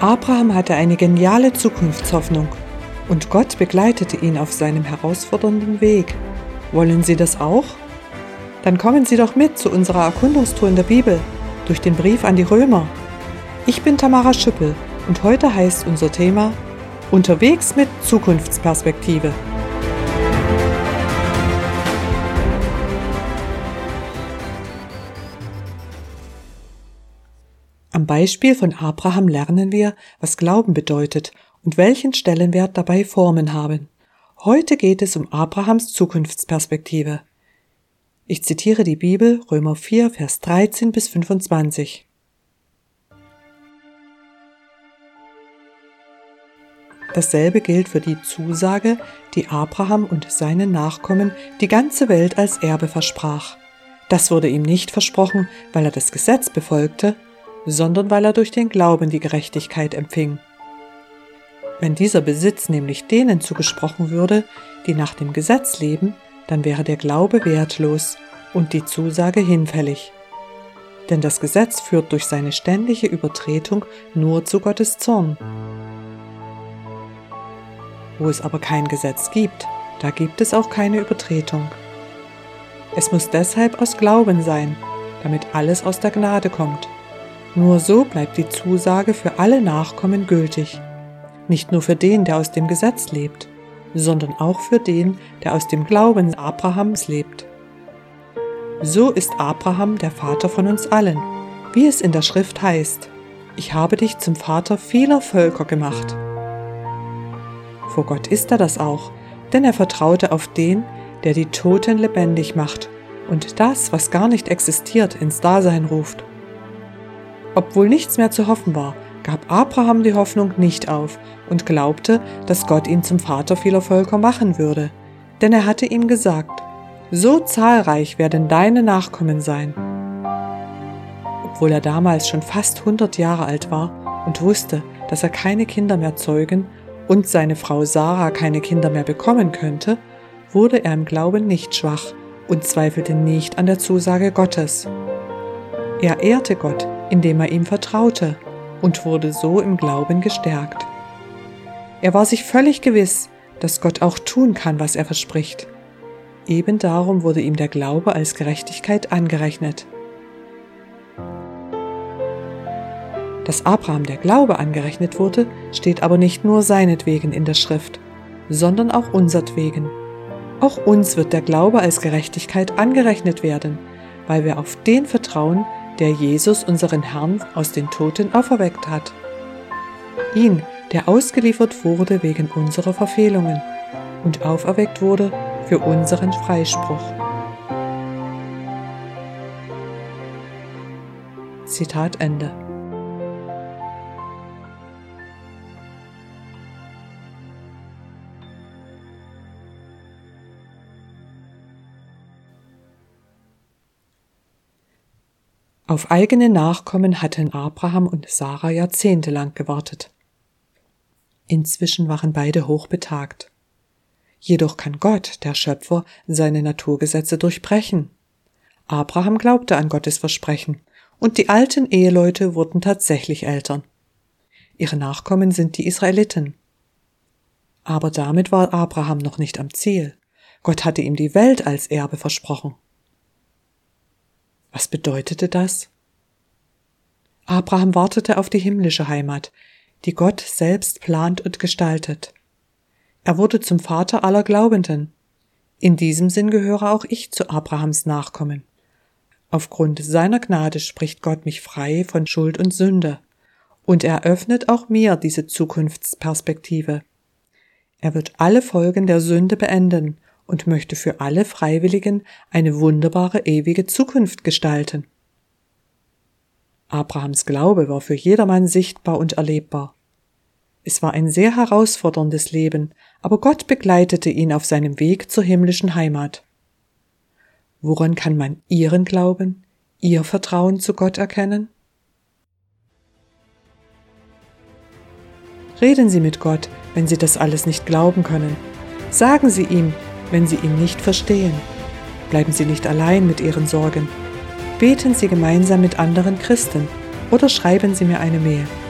Abraham hatte eine geniale Zukunftshoffnung und Gott begleitete ihn auf seinem herausfordernden Weg. Wollen Sie das auch? Dann kommen Sie doch mit zu unserer Erkundungstour in der Bibel durch den Brief an die Römer. Ich bin Tamara Schüppel und heute heißt unser Thema Unterwegs mit Zukunftsperspektive. Am Beispiel von Abraham lernen wir, was Glauben bedeutet und welchen Stellenwert dabei Formen haben. Heute geht es um Abrahams Zukunftsperspektive. Ich zitiere die Bibel, Römer 4, Vers 13 bis 25. Dasselbe gilt für die Zusage, die Abraham und seinen Nachkommen die ganze Welt als Erbe versprach. Das wurde ihm nicht versprochen, weil er das Gesetz befolgte, sondern weil er durch den Glauben die Gerechtigkeit empfing. Wenn dieser Besitz nämlich denen zugesprochen würde, die nach dem Gesetz leben, dann wäre der Glaube wertlos und die Zusage hinfällig. Denn das Gesetz führt durch seine ständige Übertretung nur zu Gottes Zorn. Wo es aber kein Gesetz gibt, da gibt es auch keine Übertretung. Es muss deshalb aus Glauben sein, damit alles aus der Gnade kommt. Nur so bleibt die Zusage für alle Nachkommen gültig. Nicht nur für den, der aus dem Gesetz lebt, sondern auch für den, der aus dem Glauben Abrahams lebt. So ist Abraham der Vater von uns allen, wie es in der Schrift heißt: Ich habe dich zum Vater vieler Völker gemacht. Vor Gott ist er das auch, denn er vertraute auf den, der die Toten lebendig macht und das, was gar nicht existiert, ins Dasein ruft. Obwohl nichts mehr zu hoffen war, gab Abraham die Hoffnung nicht auf und glaubte, dass Gott ihn zum Vater vieler Völker machen würde. Denn er hatte ihm gesagt: So zahlreich werden deine Nachkommen sein. Obwohl er damals schon fast 100 Jahre alt war und wusste, dass er keine Kinder mehr zeugen und seine Frau Sarah keine Kinder mehr bekommen könnte, wurde er im Glauben nicht schwach und zweifelte nicht an der Zusage Gottes. Er ehrte Gott, indem er ihm vertraute und wurde so im Glauben gestärkt. Er war sich völlig gewiss, dass Gott auch tun kann, was er verspricht. Eben darum wurde ihm der Glaube als Gerechtigkeit angerechnet. Dass Abraham der Glaube angerechnet wurde, steht aber nicht nur seinetwegen in der Schrift, sondern auch unsertwegen. Auch uns wird der Glaube als Gerechtigkeit angerechnet werden, weil wir auf den vertrauen, der Jesus, unseren Herrn, aus den Toten auferweckt hat. Ihn, der ausgeliefert wurde wegen unserer Verfehlungen und auferweckt wurde für unseren Freispruch. Zitat Ende. Auf eigene Nachkommen hatten Abraham und Sarah jahrzehntelang gewartet. Inzwischen waren beide hochbetagt. Jedoch kann Gott, der Schöpfer, seine Naturgesetze durchbrechen. Abraham glaubte an Gottes Versprechen und die alten Eheleute wurden tatsächlich Eltern. Ihre Nachkommen sind die Israeliten. Aber damit war Abraham noch nicht am Ziel. Gott hatte ihm die Welt als Erbe versprochen. Was bedeutete das? Abraham wartete auf die himmlische Heimat, die Gott selbst plant und gestaltet. Er wurde zum Vater aller Glaubenden. In diesem Sinn gehöre auch ich zu Abrahams Nachkommen. Aufgrund seiner Gnade spricht Gott mich frei von Schuld und Sünde und er öffnet auch mir diese Zukunftsperspektive. Er wird alle Folgen der Sünde beenden und möchte für alle Freiwilligen eine wunderbare ewige Zukunft gestalten. Abrahams Glaube war für jedermann sichtbar und erlebbar. Es war ein sehr herausforderndes Leben, aber Gott begleitete ihn auf seinem Weg zur himmlischen Heimat. Woran kann man Ihren Glauben, Ihr Vertrauen zu Gott erkennen? Reden Sie mit Gott, wenn Sie das alles nicht glauben können. Sagen Sie ihm, wenn Sie ihn nicht verstehen. Bleiben Sie nicht allein mit Ihren Sorgen. Beten Sie gemeinsam mit anderen Christen oder schreiben Sie mir eine Mail.